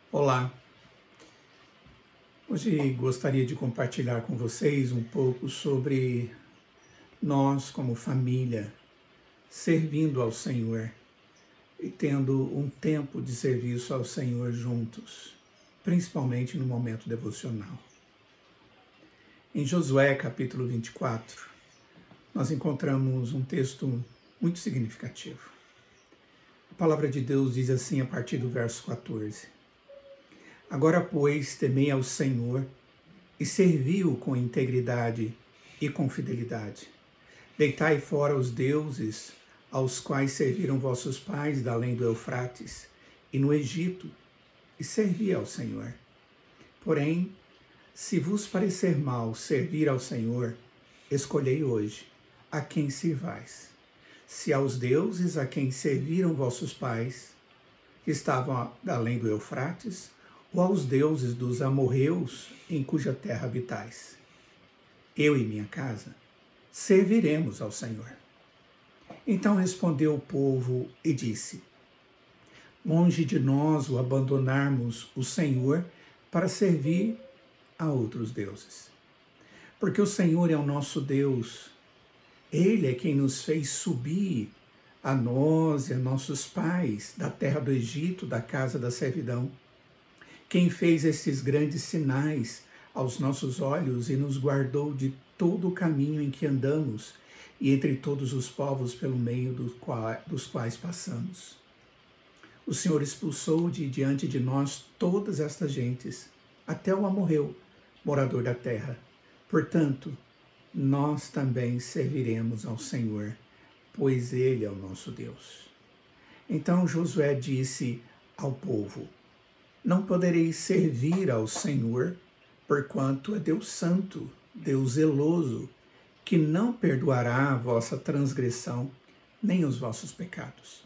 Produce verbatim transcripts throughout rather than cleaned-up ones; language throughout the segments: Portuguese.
Olá, hoje gostaria de compartilhar com vocês um pouco sobre nós como família servindo ao Senhor e tendo um tempo de serviço ao Senhor juntos, principalmente no momento devocional. Em Josué capítulo vinte e quatro, nós encontramos um texto muito significativo. A palavra de Deus diz assim a partir do verso quatorze: Agora, pois, temei ao Senhor e servi-o com integridade e com fidelidade. Deitai fora os deuses aos quais serviram vossos pais da além do Eufrates e no Egito, e servi ao Senhor. Porém, se vos parecer mal servir ao Senhor, escolhei hoje a quem sirvais. Se aos deuses a quem serviram vossos pais, que estavam além do Eufrates, ou aos deuses dos amorreus em cuja terra habitais. Eu e minha casa serviremos ao Senhor. Então respondeu o povo e disse: Longe de nós o abandonarmos o Senhor para servir a outros deuses. Porque o Senhor é o nosso Deus. Ele é quem nos fez subir, a nós e a nossos pais, da terra do Egito, da casa da servidão. Quem fez estes grandes sinais aos nossos olhos e nos guardou de todo o caminho em que andamos e entre todos os povos pelo meio dos quais passamos. O Senhor expulsou de diante de nós todas estas gentes, até o amorreu, morador da terra. Portanto, nós também serviremos ao Senhor, pois Ele é o nosso Deus. Então Josué disse ao povo: Não podereis servir ao Senhor, porquanto é Deus santo, Deus zeloso, que não perdoará a vossa transgressão, nem os vossos pecados.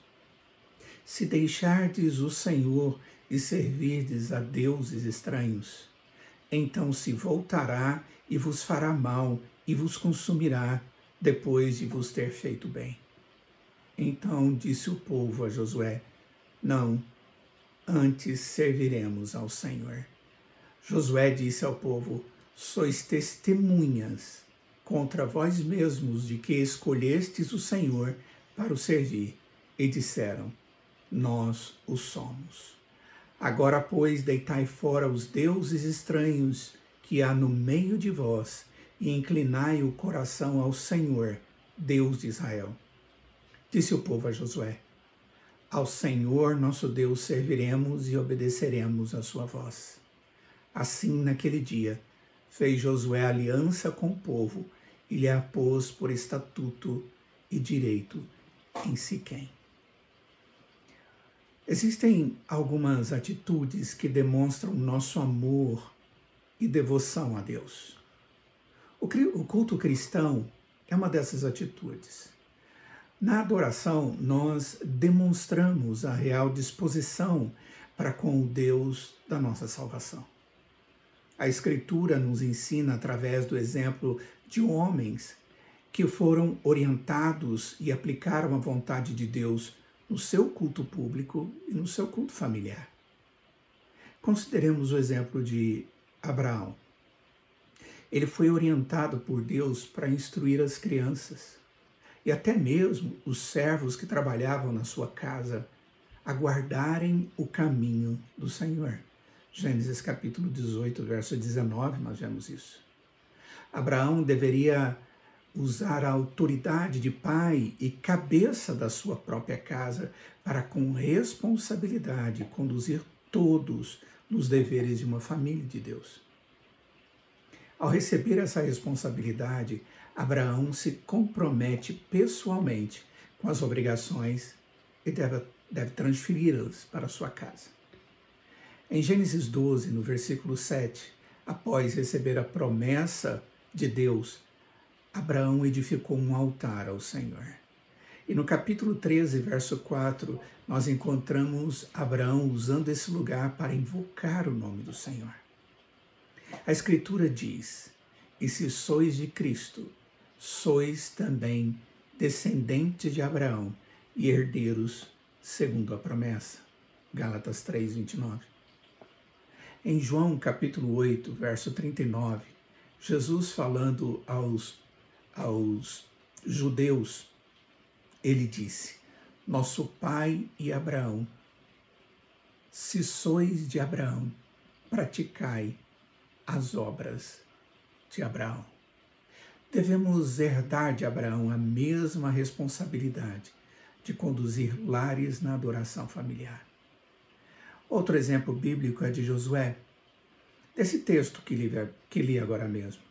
Se deixardes o Senhor e servirdes a deuses estranhos, então se voltará e vos fará mal e vos consumirá, depois de vos ter feito bem. Então disse o povo a Josué: Não, antes serviremos ao Senhor. Josué disse ao povo: Sois testemunhas contra vós mesmos de que escolhestes o Senhor para o servir. E disseram: Nós o somos. Agora, pois, deitai fora os deuses estranhos que há no meio de vós e inclinai o coração ao Senhor, Deus de Israel. Disse o povo a Josué: Ao Senhor nosso Deus serviremos e obedeceremos a sua voz. Assim, naquele dia, fez Josué aliança com o povo e lhe a pôs por estatuto e direito em Siquém. Existem algumas atitudes que demonstram nosso amor e devoção a Deus. O culto cristão é uma dessas atitudes. Na adoração, nós demonstramos a real disposição para com o Deus da nossa salvação. A Escritura nos ensina, através do exemplo de homens que foram orientados e aplicaram a vontade de Deus no seu culto público e no seu culto familiar. Consideremos o exemplo de Abraão. Ele foi orientado por Deus para instruir as crianças e até mesmo os servos que trabalhavam na sua casa a guardarem o caminho do Senhor. Gênesis capítulo dezoito, verso dezenove, nós vemos isso. Abraão deveria usar a autoridade de pai e cabeça da sua própria casa para, com responsabilidade, conduzir todos nos deveres de uma família de Deus. Ao receber essa responsabilidade, Abraão se compromete pessoalmente com as obrigações e deve, deve transferi-las para a sua casa. Em Gênesis doze, no versículo sete, após receber a promessa de Deus, Abraão edificou um altar ao Senhor. E no capítulo treze, verso quatro, nós encontramos Abraão usando esse lugar para invocar o nome do Senhor. A Escritura diz: E se sois de Cristo, sois também descendentes de Abraão e herdeiros segundo a promessa. Gálatas três, vinte e nove. Em João capítulo oito, verso trinta e nove, Jesus falando aos, aos judeus, ele disse: nosso pai e Abraão, se sois de Abraão, praticai as obras de Abraão. Devemos herdar de Abraão a mesma responsabilidade de conduzir lares na adoração familiar. Outro exemplo bíblico é de Josué, desse texto que li, que li agora mesmo.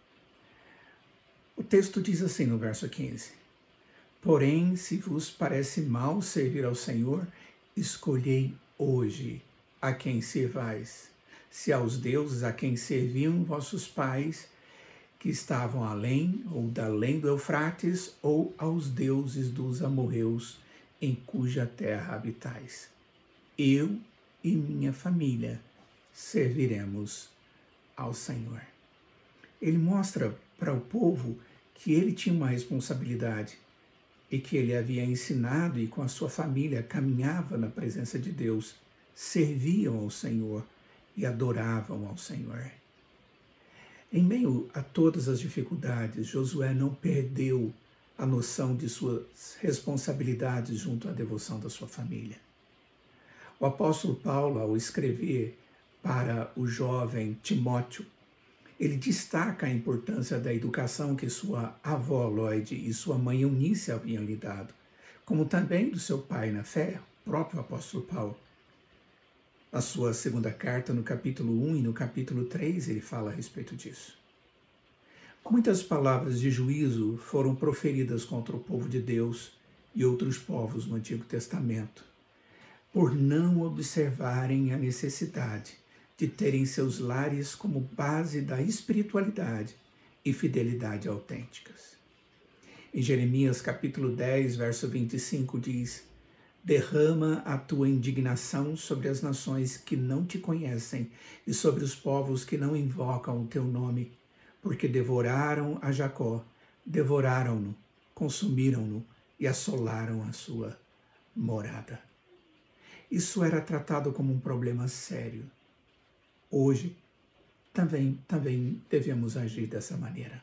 O texto diz assim no verso quinze: porém, se vos parece mal servir ao Senhor, escolhei hoje a quem servais, se aos deuses a quem serviam vossos pais, que estavam além ou da além do Eufrates, ou aos deuses dos amorreus, em cuja terra habitais. Eu e minha família serviremos ao Senhor. Ele mostra para o povo que ele tinha uma responsabilidade e que ele havia ensinado e com a sua família caminhava na presença de Deus, serviam ao Senhor e adoravam ao Senhor. Em meio a todas as dificuldades, Josué não perdeu a noção de suas responsabilidades junto à devoção da sua família. O apóstolo Paulo, ao escrever para o jovem Timóteo, ele destaca a importância da educação que sua avó Lloyd e sua mãe Eunice haviam lhe dado, como também do seu pai na fé, o próprio apóstolo Paulo. Na sua segunda carta, no capítulo um e no capítulo três, ele fala a respeito disso. Muitas palavras de juízo foram proferidas contra o povo de Deus e outros povos no Antigo Testamento, por não observarem a necessidade de terem seus lares como base da espiritualidade e fidelidade autênticas. Em Jeremias capítulo dez, verso vinte e cinco diz: derrama a tua indignação sobre as nações que não te conhecem e sobre os povos que não invocam o teu nome, porque devoraram a Jacó, devoraram-no, consumiram-no e assolaram a sua morada. Isso era tratado como um problema sério. Hoje, também, também devemos agir dessa maneira.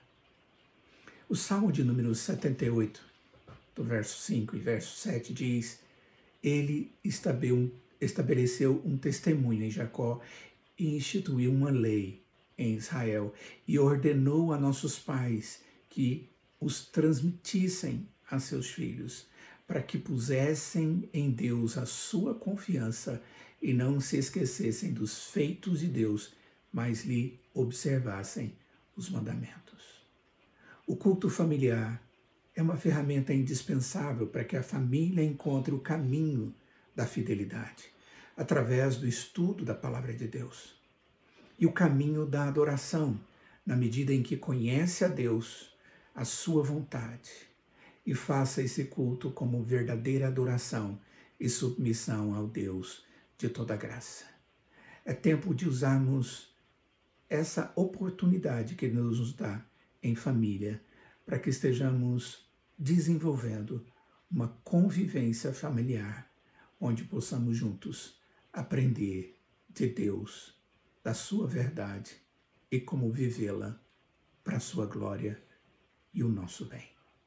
O Salmo de número setenta e oito, do verso cinco e verso sete, diz: ele estabeleceu um testemunho em Jacó e instituiu uma lei em Israel e ordenou a nossos pais que os transmitissem a seus filhos, para que pusessem em Deus a sua confiança e não se esquecessem dos feitos de Deus, mas lhe observassem os mandamentos. O culto familiar é uma ferramenta indispensável para que a família encontre o caminho da fidelidade, através do estudo da palavra de Deus, e o caminho da adoração, na medida em que conhece a Deus, a sua vontade, e faça esse culto como verdadeira adoração e submissão ao Deus de toda graça. É tempo de usarmos essa oportunidade que Deus nos dá em família, para que estejamos desenvolvendo uma convivência familiar, onde possamos juntos aprender de Deus, da sua verdade e como vivê-la para a sua glória e o nosso bem.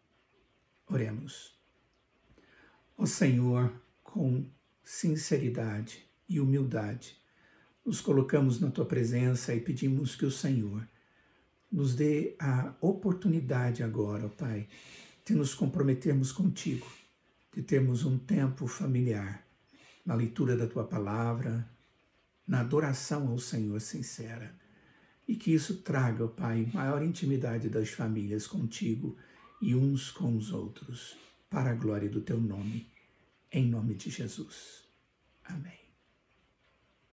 Oremos. Ó Senhor, com sinceridade e humildade, nos colocamos na Tua presença e pedimos que o Senhor nos dê a oportunidade agora, ó Pai, de nos comprometermos contigo, de termos um tempo familiar na leitura da Tua palavra, na adoração ao Senhor sincera, e que isso traga, ó Pai, maior intimidade das famílias contigo e uns com os outros, para a glória do Teu nome, em nome de Jesus. Amém.